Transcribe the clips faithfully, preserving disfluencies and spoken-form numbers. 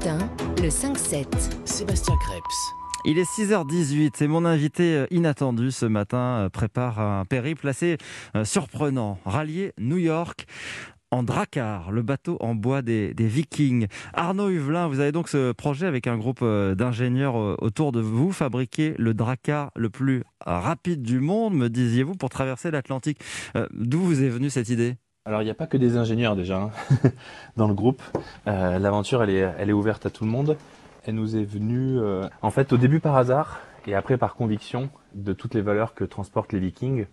matin, le cinq sept. Sébastien Krebs. Il est six heures dix-huit et mon invité inattendu ce matin prépare un périple assez surprenant. Rallier New York en drakkar, le bateau en bois des, des Vikings. Arnaud Huvelin, vous avez donc ce projet avec un groupe d'ingénieurs autour de vous, fabriquer le drakkar le plus rapide du monde, me disiez-vous, pour traverser l'Atlantique. Euh, d'où vous est venue cette idée ? Alors il n'y a pas que des ingénieurs déjà hein, dans le groupe. Euh, l'aventure elle est, elle est ouverte à tout le monde. Elle nous est venue euh, en fait au début par hasard et après par conviction de toutes les valeurs que transportent les Vikings.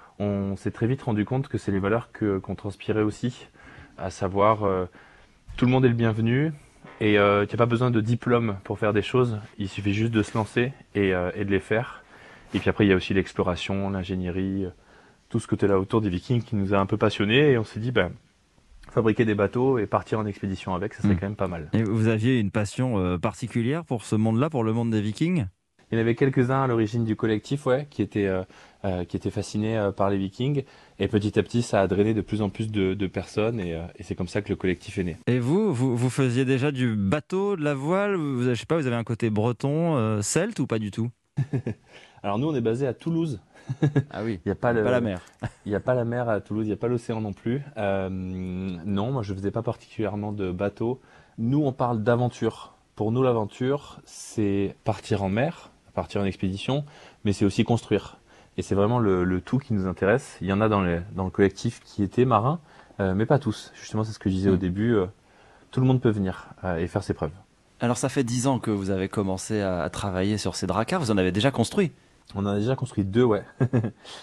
On s'est très vite rendu compte que c'est les valeurs que, qu'on transpirait aussi, à savoir euh, tout le monde est le bienvenu et euh, qu'il n'y a pas besoin de diplôme pour faire des choses. Il suffit juste de se lancer et, euh, et de les faire. Et puis après il y a aussi l'exploration, l'ingénierie, tout ce côté-là autour des Vikings qui nous a un peu passionnés et on s'est dit ben, fabriquer des bateaux et partir en expédition avec, ça serait mmh. quand même pas mal. Et vous aviez une passion euh, particulière pour ce monde-là, pour le monde des Vikings ? Il y en avait quelques-uns à l'origine du collectif ouais, qui étaient, euh, euh, qui étaient fascinés euh, par les Vikings et petit à petit ça a drainé de plus en plus de, de personnes et, euh, et c'est comme ça que le collectif est né. Et vous, vous, vous faisiez déjà du bateau, de la voile, vous, je sais pas, vous avez un côté breton, euh, celte ou pas du tout ? Alors nous on est basé à Toulouse. Ah oui, il n'y a pas, le, pas la mer. Il n'y a pas la mer à Toulouse, il n'y a pas l'océan non plus. Euh, non, moi je ne faisais pas particulièrement de bateau. Nous on parle d'aventure. Pour nous l'aventure c'est partir en mer, partir en expédition, mais c'est aussi construire. Et c'est vraiment le, le tout qui nous intéresse. Il y en a dans, les, dans le collectif qui étaient marins, euh, mais pas tous. Justement c'est ce que je disais mmh. au début, euh, tout le monde peut venir euh, et faire ses preuves. Alors ça fait dix ans que vous avez commencé à, à travailler sur ces drakkars, vous en avez déjà construit ? On en a déjà construit deux, ouais. euh,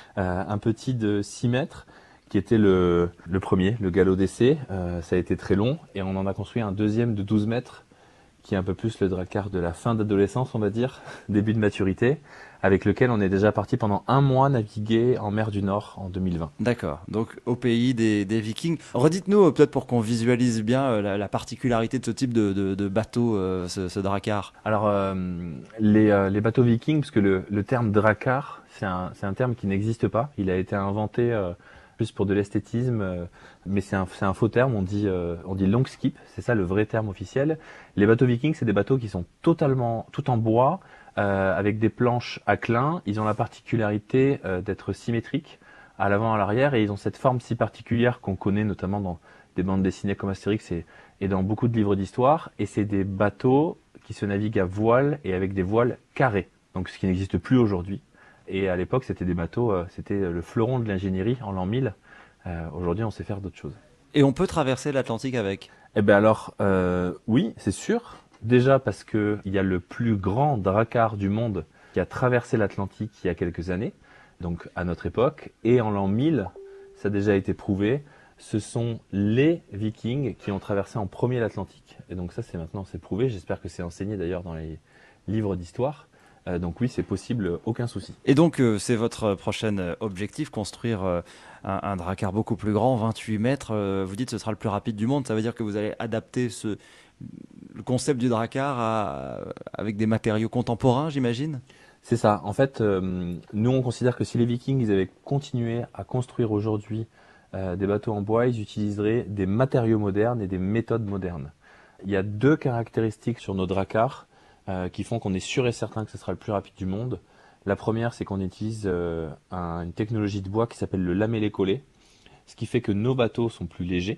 un petit de six mètres, qui était le, le premier, le galop d'essai. Euh, ça a été très long. Et on en a construit un deuxième de douze mètres, qui est un peu plus le drakkar de la fin d'adolescence, on va dire, début de maturité, avec lequel on est déjà parti pendant un mois naviguer en mer du Nord en deux mille vingt. D'accord, donc au pays des, des Vikings. Redites-nous, peut-être pour qu'on visualise bien la, la particularité de ce type de, de, de bateau, euh, ce, ce drakkar. Alors, euh, les, euh, les bateaux Vikings, parce que le, le terme drakkar, c'est un, c'est un terme qui n'existe pas. Il a été inventé euh, plus pour de l'esthétisme, euh, mais c'est un, c'est un faux terme, on dit, euh, on dit long skip, c'est ça le vrai terme officiel. Les bateaux Vikings, c'est des bateaux qui sont totalement, tout en bois, euh, avec des planches à clin. Ils ont la particularité euh, d'être symétriques à l'avant et à l'arrière, et ils ont cette forme si particulière qu'on connaît notamment dans des bandes dessinées comme Astérix et, et dans beaucoup de livres d'histoire, et c'est des bateaux qui se naviguent à voile et avec des voiles carrées, donc ce qui n'existe plus aujourd'hui. Et à l'époque, c'était des bateaux, euh, c'était le fleuron de l'ingénierie en l'an mille. Euh, aujourd'hui, on sait faire d'autres choses. Et on peut traverser l'Atlantique avec ? Eh bien alors, euh, oui, c'est sûr. Déjà parce qu'il y a le plus grand drakkar du monde qui a traversé l'Atlantique il y a quelques années, donc à notre époque, et en l'an mille, ça a déjà été prouvé, ce sont les Vikings qui ont traversé en premier l'Atlantique. Et donc ça, c'est maintenant, c'est prouvé. J'espère que c'est enseigné d'ailleurs dans les livres d'histoire. Euh, donc oui, c'est possible, aucun souci. Et donc, euh, c'est votre prochain objectif, construire euh, un, un drakkar beaucoup plus grand, vingt-huit mètres. Euh, vous dites que ce sera le plus rapide du monde. Ça veut dire que vous allez adapter ce, le concept du drakkar à, avec des matériaux contemporains, j'imagine ? C'est ça. En fait, euh, nous, on considère que si les Vikings ils avaient continué à construire aujourd'hui euh, des bateaux en bois, ils utiliseraient des matériaux modernes et des méthodes modernes. Il y a deux caractéristiques sur nos drakkars euh, qui font qu'on est sûr et certain que ce sera le plus rapide du monde. La première, c'est qu'on utilise euh, un, une technologie de bois qui s'appelle le lamellé-collé, ce qui fait que nos bateaux sont plus légers.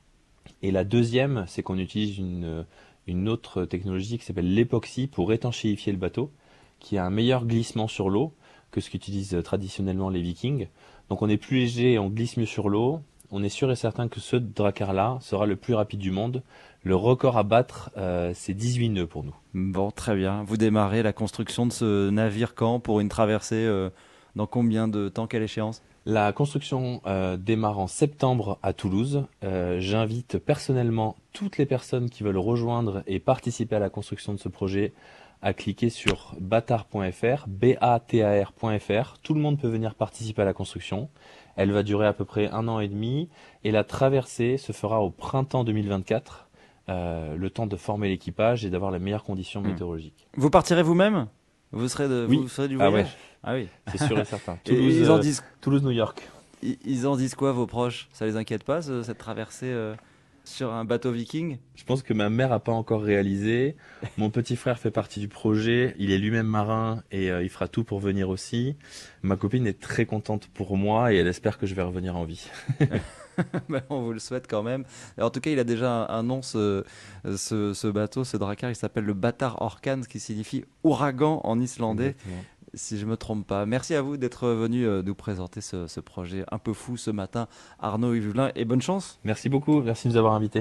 Et la deuxième, c'est qu'on utilise une, une autre technologie qui s'appelle l'époxy pour étanchéifier le bateau, qui a un meilleur glissement sur l'eau que ce qu'utilisent traditionnellement les Vikings. Donc on est plus léger et on glisse mieux sur l'eau. On est sûr et certain que ce drakkar-là sera le plus rapide du monde. Le record à battre, euh, c'est dix-huit nœuds pour nous. Bon, très bien. Vous démarrez la construction de ce navire quand pour une traversée euh, dans combien de temps, quelle échéance ? La construction euh, démarre en septembre à Toulouse. Euh, j'invite personnellement toutes les personnes qui veulent rejoindre et participer à la construction de ce projet à cliquer sur batar point f r, B A T A R point F R. Tout le monde peut venir participer à la construction. Elle va durer à peu près un an et demi et la traversée se fera au printemps deux mille vingt-quatre, euh, le temps de former l'équipage et d'avoir les meilleures conditions mmh. météorologiques. Vous partirez vous-même ? Vous serez, de, oui. vous serez du voyage ? Ah, ouais. ah oui, c'est sûr et certain. Toulouse, et ils en disent... Toulouse, New York. Ils en disent quoi, vos proches ? Ça les inquiète pas, ce, cette traversée euh... sur un bateau viking? Je pense que ma mère n'a pas encore réalisé. Mon petit frère fait partie du projet. Il est lui-même marin et euh, il fera tout pour venir aussi. Ma copine est très contente pour moi et elle espère que je vais revenir en vie. Ben, on vous le souhaite quand même. Et en tout cas, il a déjà un, un nom, ce, ce, ce bateau, ce drakkar. Il s'appelle le Battar Orkan, ce qui signifie ouragan en islandais, Exactement. si je me trompe pas. Merci à vous d'être venu euh, nous présenter ce, ce projet un peu fou ce matin, Arnaud Yvelin, et bonne chance. Merci beaucoup. Merci de nous avoir invités.